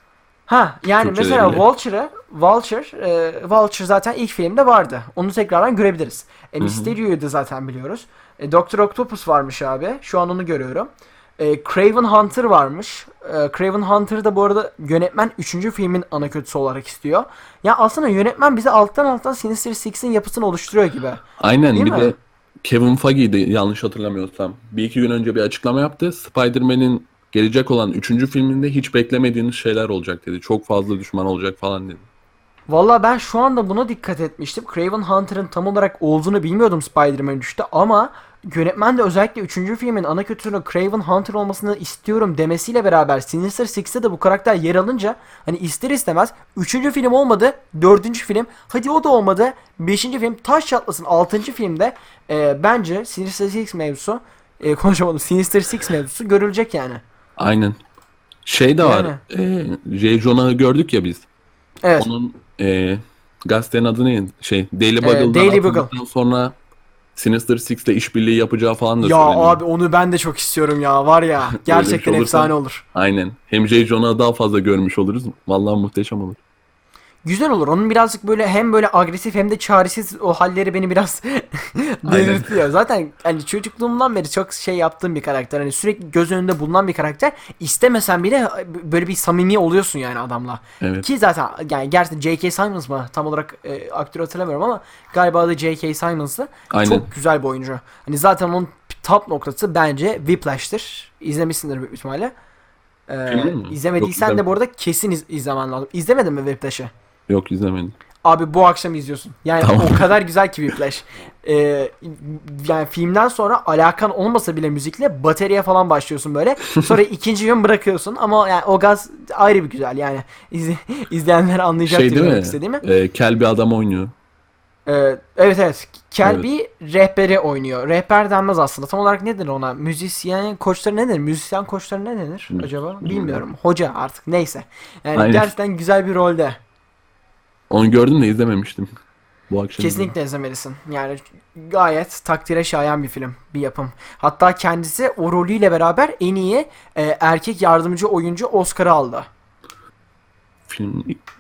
Ha yani mesela Türkçeleriyle. Vulture'ı Vulture, e, Vulture zaten ilk filmde vardı. Onu tekrardan görebiliriz. E, Hı hı. Mysterio'yu da zaten biliyoruz. E, doktor Octopus varmış abi. Şu an onu görüyorum. E, Craven Hunter varmış. E, Craven Hunter'ı da bu arada yönetmen üçüncü filmin ana kötüsü olarak istiyor. Ya aslında yönetmen bize alttan alttan Sinister Six'in yapısını oluşturuyor gibi. Aynen, Değil bir mi? de Kevin Feige'ydi yanlış hatırlamıyorsam. Bir iki gün önce bir açıklama yaptı. Spider-Man'in gelecek olan üçüncü filminde hiç beklemediğiniz şeyler olacak dedi. Çok fazla düşman olacak falan dedi. Valla ben şu anda buna dikkat etmiştim. Craven Hunter'ın tam olarak olduğunu bilmiyordum Spider-Man üçte ama yönetmen de özellikle üçüncü filmin ana kötüsünün Craven Hunter olmasını istiyorum demesiyle beraber Sinister Six'te de bu karakter yer alınca hani ister istemez üçüncü film olmadı, dördüncü film hadi o da olmadı, beşinci film taş çatlasın, altıncı filmde e, bence Sinister Six mevzusu e, konuşamadım, Sinister Six mevzusu görülecek yani. Aynen. Şey de var. Yani E, J. Jonah'ı gördük ya biz. evet, Onun e, gazetenin adı neydi? Şey, Daily e, Buggle'dan Daily Bugle. atıldıktan sonra Sinister Six'le işbirliği yapacağı falan da Ya söyleniyor. abi onu ben de çok istiyorum ya, var ya Öyle bir gerçekten şey olursa efsane olur. aynen. Hem J. Jonah'ı daha fazla görmüş oluruz. Vallahi muhteşem olur. Güzel olur. Onun birazcık böyle hem böyle agresif hem de çaresiz o halleri beni biraz Aynen. delirtiyor. Zaten hani çocukluğumdan beri çok şey yaptığım bir karakter. Hani sürekli göz önünde bulunan bir karakter. İstemesen bile böyle bir samimi oluyorsun yani adamla. Evet. Ki zaten yani gerçekten J K. Simmons mı? Tam olarak e, aktörü hatırlamıyorum ama galiba adı J K. Simmons'ı. Aynen. Çok güzel bir oyuncu. Hani zaten onun top noktası bence Whiplash'tır. İzlemişsindir büyük ihtimalle. Ee, Filmi mi? Yok, izlemediysen de izlemedim. bu arada kesin iz- izlemen lazım. İzlemedin mi Whiplash'ı? Yok, izlemedim. Abi bu akşam izliyorsun. Yani Tamam. o kadar güzel ki Whiplash. Ee, yani filmden sonra alakan olmasa bile müzikle bataryaya falan başlıyorsun böyle. Sonra ikinci gün bırakıyorsun ama yani o gaz ayrı bir güzel yani. İzle, izleyenler Şey anlayacaktır değil demek mi? istediğimi. Ee, kel bir adam oynuyor. Ee, evet evet. Kelby Evet. rehberi oynuyor. Rehber denmez aslında. Tam olarak ne denir ona? Müzisyen koçları ne denir? Müzisyen koçları ne denir acaba? Bilmiyorum. Bilmiyorum. Hoca artık neyse. Yani Aynen. gerçekten güzel bir rolde. Onu gördüm de izlememiştim. Bu akşam izledim. Kesinlikle izlemelisin. Yani gayet takdire şayan bir film, bir yapım. Hatta kendisi o rolüyle beraber en iyi e, erkek yardımcı oyuncu Oscar'ı aldı. Film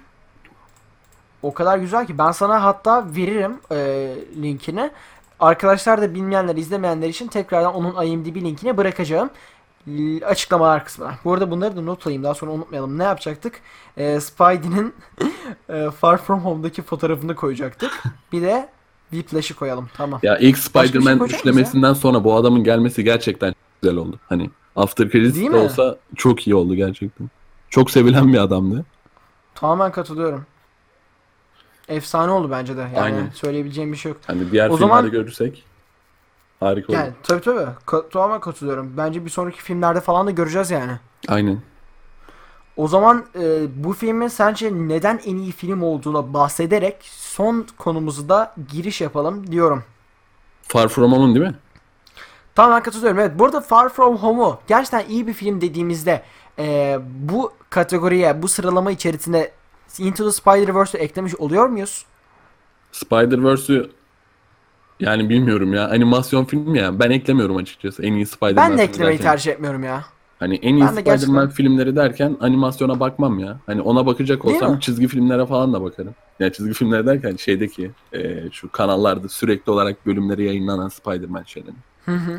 O kadar güzel ki ben sana hatta veririm e, linkini. Arkadaşlar da bilmeyenler, izlemeyenler için tekrardan onun IMDb linkini bırakacağım. L- açıklamalar kısmına. Bu arada bunları da not alayım, daha sonra unutmayalım. Ne yapacaktık? E, Spidey'nin e, Far From Home'daki fotoğrafını koyacaktık. Bir de Whiplash'ı koyalım. Tamam. Ya ilk Başka bir şey Spider-Man koyacak mıyız ya? üçlemesinden sonra bu adamın gelmesi gerçekten güzel oldu. Hani After Değil Credits de mi? olsa çok iyi oldu gerçekten. Çok sevilen bir adamdı. Tamamen katılıyorum. Efsane oldu bence de. Yani Aynen. söyleyebileceğim bir şey yok. Hani diğer O filmlerde zaman görürsek harika olur. yani tabii tabii. Ka- tamamen katılıyorum. Bence bir sonraki filmlerde falan da göreceğiz yani. Aynen. O zaman e, bu filmin sence neden en iyi film olduğuna bahsederek son konumuzu da giriş yapalım diyorum. Far From Home'un değil mi? Tamamen katılıyorum. Evet. Burada Far From Home'u gerçekten iyi bir film dediğimizde e, bu kategoriye, bu sıralama içerisinde Into the Spider-Verse'ü eklemiş oluyor muyuz? Spider-Verse'ü yani bilmiyorum ya. Animasyon filmi ya. Ben eklemiyorum açıkçası. En iyi Ben Spider-Man de filmi eklemeyi derken. tercih etmiyorum ya. Hani en iyi Ben de Spider-Man gerçekten. filmleri derken animasyona bakmam ya. Hani ona bakacak Değil olsam mi? çizgi filmlere falan da bakarım. Ya çizgi filmler derken şeydeki e, şu kanallarda sürekli olarak bölümleri yayınlanan Spider-Man şeyleri. Hı hı.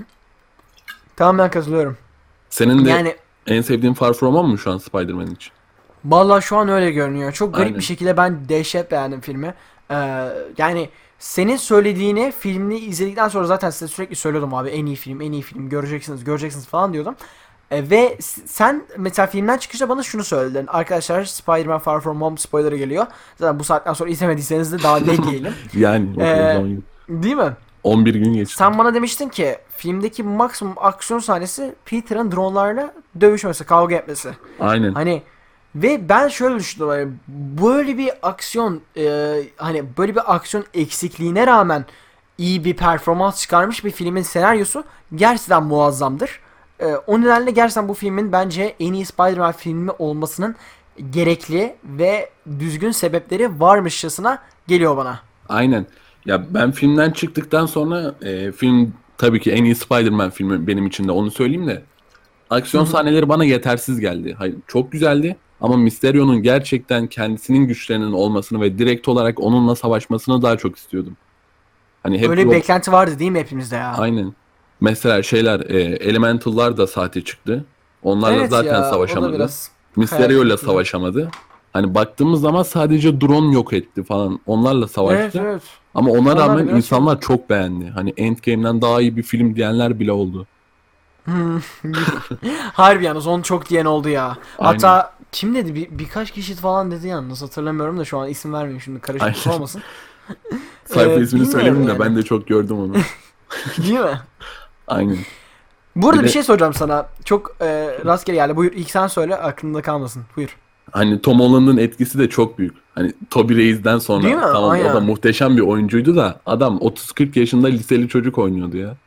Tamamen katılıyorum. Senin de Yani en sevdiğin Far From Home mu şu an Spider-Man için? vallahi şu an öyle görünüyor. Çok garip bir Aynen. şekilde ben dehşet beğendim filmi. Ee, yani senin söylediğini filmini izledikten sonra zaten size sürekli söylüyordum abi en iyi film, en iyi film göreceksiniz, göreceksiniz falan diyordum. Ee, ve s- sen mesela filmden çıkışta bana şunu söyledin. Arkadaşlar Spider-Man Far From Home spoilerı geliyor. Zaten bu saatten sonra izlemediyseniz de daha ne diyelim. Yani o kadar Ee, zaman değil mi? on bir gün geçti. Sen bana demiştin ki filmdeki maksimum aksiyon sahnesi Peter'ın dronlarla dövüşmesi, kavga etmesi. Aynen. Hani ve ben şöyle düşündüm hani böyle bir aksiyon e, hani böyle bir aksiyon eksikliğine rağmen iyi bir performans çıkarmış bir filmin senaryosu gerçekten muazzamdır. E, o nedenle gerçekten bu filmin bence en iyi Spider-Man filmi olmasının gerekli ve düzgün sebepleri varmışçasına geliyor bana. Aynen. Ya ben filmden çıktıktan sonra e, film tabii ki en iyi Spider-Man filmi benim için de onu söyleyeyim de Hı aksiyon hı. sahneleri bana yetersiz geldi. Hayır, çok güzeldi ama Mysterio'nun gerçekten kendisinin güçlerinin olmasını ve direkt olarak onunla savaşmasını daha çok istiyordum. Hani hep Öyle bir Rob beklenti vardı değil mi hepimizde ya? aynen. Mesela şeyler e, Elemental'lar da sahte çıktı. Onlarla Evet zaten ya o da savaşamadı. biraz hayal Mysterio ile kırıklığı. savaşamadı. Hani baktığımız zaman sadece drone yok etti falan. Onlarla Evet savaştı. evet. Ama ona Onlar da rağmen biraz şey oldu. insanlar çok beğendi. Hani Endgame'den daha iyi bir film diyenler bile oldu. Hmm. Harbi yalnız onu çok diyen oldu ya. Aynen. Hatta kim dedi? Bir, birkaç kişi falan dedi yalnız hatırlamıyorum da şu an isim vermeyeyim şimdi karışıklık Aynen. olmasın. Sayfa Ee, ismini bilmiyorum söylemeyeyim de yani. ben de çok gördüm onu. Değil mi? Aynen. Bir Burada bir de şey soracağım sana. Çok e, rastgele geldi. Buyur ilk sen söyle aklında kalmasın. Buyur. hani Tom Holland'ın etkisi de çok büyük. Hani Toby Reis'den Değil mi? sonra tamam o da Aynen. muhteşem bir oyuncuydu da adam otuz kırk yaşında liseli çocuk oynuyordu ya.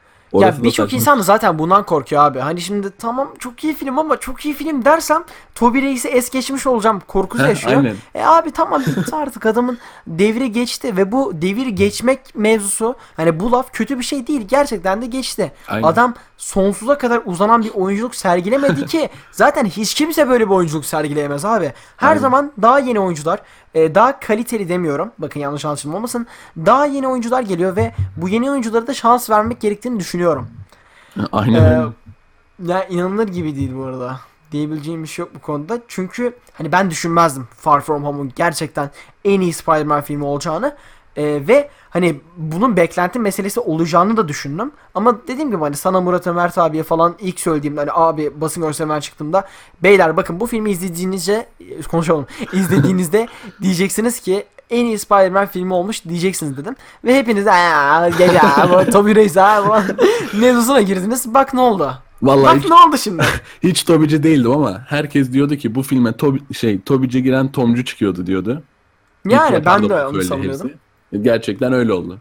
Ya Orası da birçok saçma. insan da zaten bundan korkuyor abi. Hani şimdi tamam çok iyi film ama çok iyi film dersem Toby Reis'i es geçmiş olacağım korkusu Heh, yaşıyor. aynen. E abi tamam bitti artık adamın devri geçti ve bu devir geçmek mevzusu hani bu laf kötü bir şey değil gerçekten de geçti. Aynen. Adam sonsuza kadar uzanan bir oyunculuk sergilemedi ki zaten hiç kimse böyle bir oyunculuk sergileyemez abi. Her Aynen. zaman daha yeni oyuncular e, daha kaliteli demiyorum bakın yanlış anlaşılmasın daha yeni oyuncular geliyor ve bu yeni oyunculara da şans vermek gerektiğini düşünüyorum. Aynen Ee, öyle. ya inanılır gibi değil bu arada. Diyebileceğim bir şey yok bu konuda. Çünkü hani ben düşünmezdim Far From Home'un gerçekten en iyi Spider-Man filmi olacağını. Ee, ve hani bunun beklenti meselesi olacağını da düşündüm. Ama dediğim gibi hani sana Murat Ömer abiye falan ilk söylediğimde hani abi basın gösterimden çıktığımda beyler bakın bu filmi izlediğinizde konuşalım. İzlediğinizde diyeceksiniz ki en iyi Spider-Man filmi olmuş diyeceksiniz dedim. Ve hepiniz aaa gel ya bu Toby Reis ha mevzusuna girdiniz. Bak ne oldu. Vallahi Bak hiç, ne oldu şimdi. hiç Toby'ci değildim ama herkes diyordu ki bu filme Toby, şey Toby'ce giren Tomcu çıkıyordu diyordu. İlk Yani ben yapan da de bunu onu söyledi savunuyordum. hepsi. Gerçekten öyle oldu.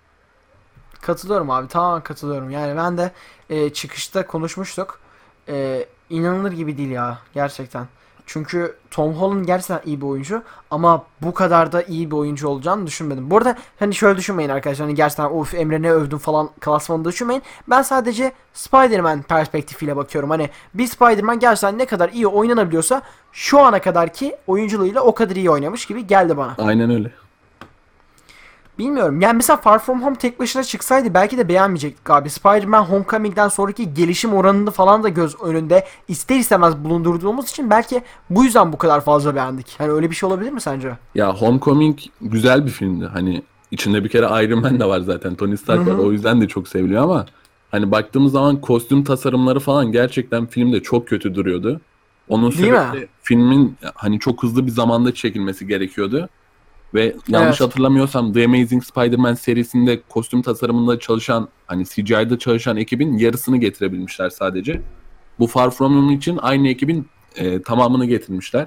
Katılıyorum abi, tamamen katılıyorum. Yani ben de e, çıkışta konuşmuştuk. E, inanılır gibi değil ya gerçekten. Çünkü Tom Holland gerçekten iyi bir oyuncu ama bu kadar da iyi bir oyuncu olacağını düşünmedim. Bu arada hani şöyle düşünmeyin arkadaşlar, hani gerçekten of Emre ne övdün falan klasmanında düşünmeyin. Ben sadece Spider-Man perspektifiyle bakıyorum. Hani bir Spider-Man gerçekten ne kadar iyi oynanabiliyorsa şu ana kadarki oyunculuğuyla o kadar iyi oynamış gibi geldi bana. Aynen öyle. Bilmiyorum. Yani mesela Far From Home tek başına çıksaydı belki de beğenmeyecektik abi. Spider-Man Homecoming'den sonraki gelişim oranını falan da göz önünde ister istemez bulundurduğumuz için belki bu yüzden bu kadar fazla beğendik. Hani öyle bir şey olabilir mi sence? Ya Homecoming güzel bir filmdi. Hani içinde bir kere Iron Man de var zaten. Tony Stark Hı var. hı. O yüzden de çok seviliyor ama hani baktığımız zaman kostüm tasarımları falan gerçekten filmde çok kötü duruyordu. Onun Değil sebebi mi? de filmin hani çok hızlı bir zamanda çekilmesi gerekiyordu. Ve yanlış Evet. hatırlamıyorsam The Amazing Spider-Man serisinde kostüm tasarımında çalışan, hani C G I'da çalışan ekibin yarısını getirebilmişler sadece. Bu Far From Home için aynı ekibin e, tamamını getirmişler.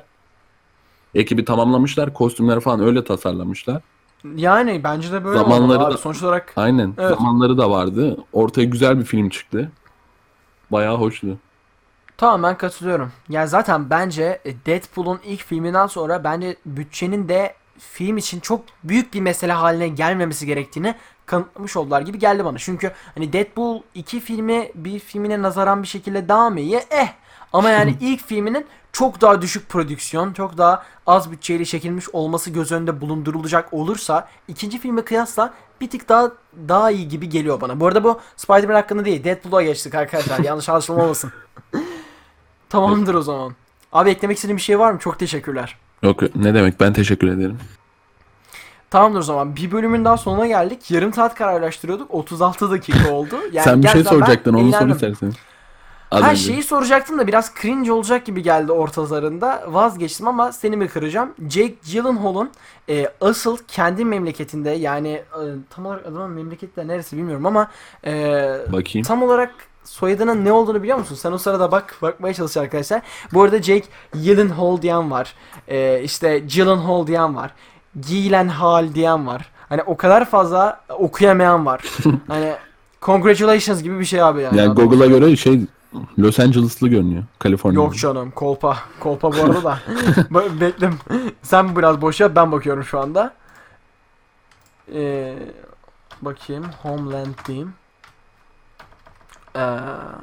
Ekibi tamamlamışlar, kostümleri falan öyle tasarlamışlar. Yani bence de böyle olmalı Zamanları abi. da Sonuç olarak aynen evet. zamanları da vardı. Ortaya güzel bir film çıktı. Bayağı hoştu. Tamamen katılıyorum. Yani zaten bence e, Deadpool'un ilk filminden sonra bence bütçenin de film için çok büyük bir mesele haline gelmemesi gerektiğini kanıtlamış oldular gibi geldi bana. Çünkü hani Deadpool iki filmi bir filmine nazaran bir şekilde daha mı iyi? Eh. Ama yani ilk filminin çok daha düşük prodüksiyon, çok daha az bütçeyle çekilmiş olması göz önünde bulundurulacak olursa ikinci filme kıyasla bir tık daha daha iyi gibi geliyor bana. Bu arada bu Spider-Man hakkında değil, Deadpool'a geçtik arkadaşlar. Yanlış anlaşılma. Tamamdır o zaman. Abi eklemek istediğin bir şey var mı? Çok teşekkürler. Yok ne demek, ben teşekkür ederim. Tamamdır o zaman. Bir bölümün daha sonuna geldik. Yarım saat kararlaştırıyorduk. otuz altı dakika oldu. Yani Sen bir şey gerçekten ben soracaktın, onu sor eğlendim. istersen. Az Her önce. şeyi soracaktım da biraz cringe olacak gibi geldi ortalarında. Vazgeçtim ama seni mi kıracağım? Jake Gyllenhaal'ın e, asıl kendi memleketinde, yani e, tam olarak adamın memleketi de neresi bilmiyorum ama e, Bakayım. tam olarak soyadının ne olduğunu biliyor musun? Sen o sırada bak, bakmaya çalış arkadaşlar. Bu arada Jake Gyllenhaal diyen var. E, işte Gyllenhaal diyen var. Gyllenhaal diyen var. Hani o kadar fazla okuyamayan var. Hani congratulations gibi bir şey abi yani. Yani adam. Google'a göre şey Los Angeles'lı görünüyor. Kaliforniya. Yok canım, kolpa. Kolpa bu arada da. Ba- Beklim. Sen biraz boş yap, ben bakıyorum şu anda. Ee, bakayım. Homeland diyeyim. Ee,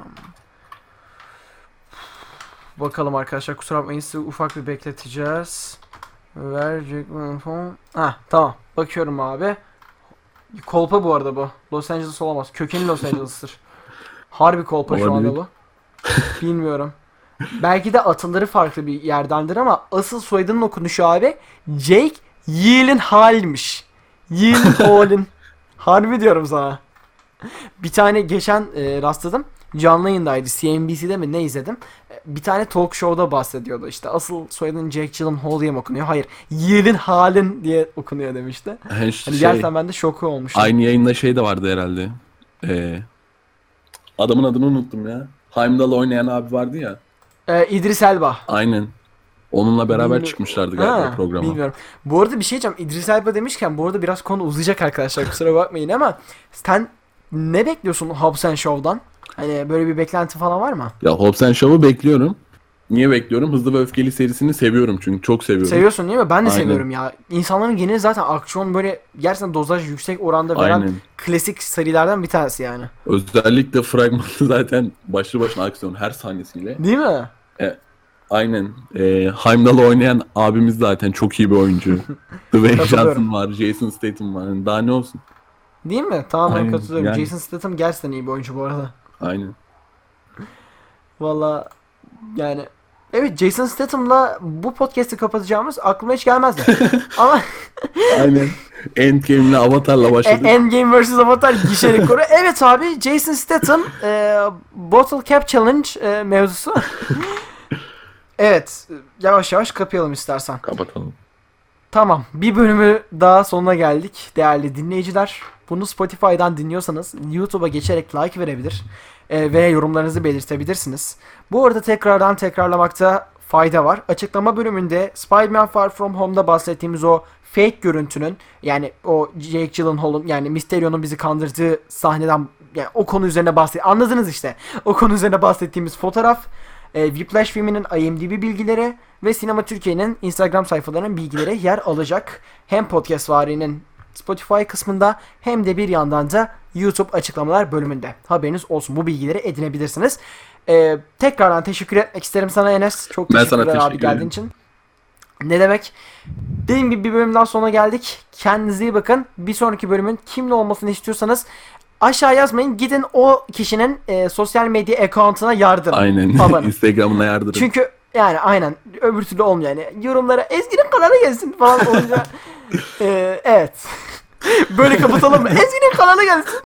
bakalım arkadaşlar, kusura bakmayın, sizi ufak bir bekleteceğiz. Verecek mi? Ha tamam. Bakıyorum abi. Kolpa bu arada bu. Los Angeles olamaz. Kökeni Los Angeles'tır. Harbi kolpa şu anda Olabilir. bu. Bilmiyorum. Belki de ataları farklı bir yerdendir ama asıl soyadının okunuşu abi Jake Gyllenhaal'miş. Gyllenhaal'in. Harbi diyorum sana. Bir tane geçen e, rastladım. Canlı yayındaydı. C N B C'de mi ne izledim. E, Bir tane talk show'da bahsediyordu. İşte asıl soyadın Jake Gyllenhaal diye mi okunuyor? Hayır. Gyllenhaal'in diye okunuyor demişti. Hani Hani şey, gerçekten ben de şoku olmuştum. aynı yayında şey de vardı herhalde. Ee, adamın adını unuttum ya. Heimdall oynayan abi vardı ya. E, İdris Elba. Aynen. Onunla beraber Bilmi- çıkmışlardı galiba Ha, programa. bilmiyorum. Bu arada bir şey diyeceğim. İdris Elba demişken bu arada biraz konu uzayacak arkadaşlar. Kusura bakmayın ama sen ne bekliyorsun Hobbs and Shaw'dan? Hani böyle bir beklenti falan var mı? Ya Hobbs and Shaw'u bekliyorum. Niye bekliyorum? Hızlı ve Öfkeli serisini seviyorum çünkü çok seviyorum. Seviyorsun değil mi? Ben de Aynen. seviyorum ya. İnsanların geneli zaten aksiyon böyle gerçekten dozaj yüksek oranda veren Aynen. klasik serilerden bir tanesi yani. Özellikle fragmanı zaten başlı başına aksiyon her sahnesiyle. Değil mi? Aynen. Ee, Heimdall oynayan abimiz zaten çok iyi bir oyuncu. Dwayne Katılıyorum. Johnson var, Jason Statham var. Yani daha ne olsun? Değil mi? Tamamen Aynen, katılıyorum. yani. Jason Statham gerçekten iyi bir oyuncu bu arada. Aynen. Valla yani evet, Jason Statham'la bu podcast'i kapatacağımız aklıma hiç gelmezdi. Ama Aynen. Endgame'le Avatar'la E- başladık. Endgame versus. Avatar gişe rekoru. Evet abi, Jason Statham e, Bottle Cap Challenge e, mevzusu. Evet, yavaş yavaş kapayalım istersen. Kapatalım. Tamam, bir bölümü daha sonuna geldik değerli dinleyiciler. Bunu Spotify'dan dinliyorsanız YouTube'a geçerek like verebilir e, ve yorumlarınızı belirtebilirsiniz. Bu arada tekrardan tekrarlamakta fayda var. Açıklama bölümünde Spider-Man Far From Home'da bahsettiğimiz o fake görüntünün, yani o Jake Gyllenhaal'ın, yani Mysterio'nun bizi kandırdığı sahneden, yani o konu üzerine bahset. Anladınız işte. O konu üzerine bahsettiğimiz fotoğraf, e, Whiplash filminin I M D B bilgileri ve Sinema Türkiye'nin Instagram sayfalarının bilgileri yer alacak. Hem podcast varinin Spotify kısmında hem de bir yandan da YouTube açıklamalar bölümünde. Haberiniz olsun. Bu bilgileri edinebilirsiniz. Ee, tekrardan teşekkür etmek isterim sana Enes. Çok Ben teşekkürler sana abi teşekkür geldiğin ederim. için. Ne demek? Dediğim gibi bir bölümden sonra geldik. Kendinize iyi bakın. Bir sonraki bölümün kimle olmasını istiyorsanız aşağı yazmayın. Gidin o kişinin e, sosyal medya account'una yardırın. Aynen. Abanın. Instagram'ına yardırın. Çünkü yani aynen öbür türlü olmuyor yani. Yorumlara Ezgi'nin kanalı gelsin falan olunca e, evet. Böyle kapatalım mı? Ezgi'nin kanalı gelsin.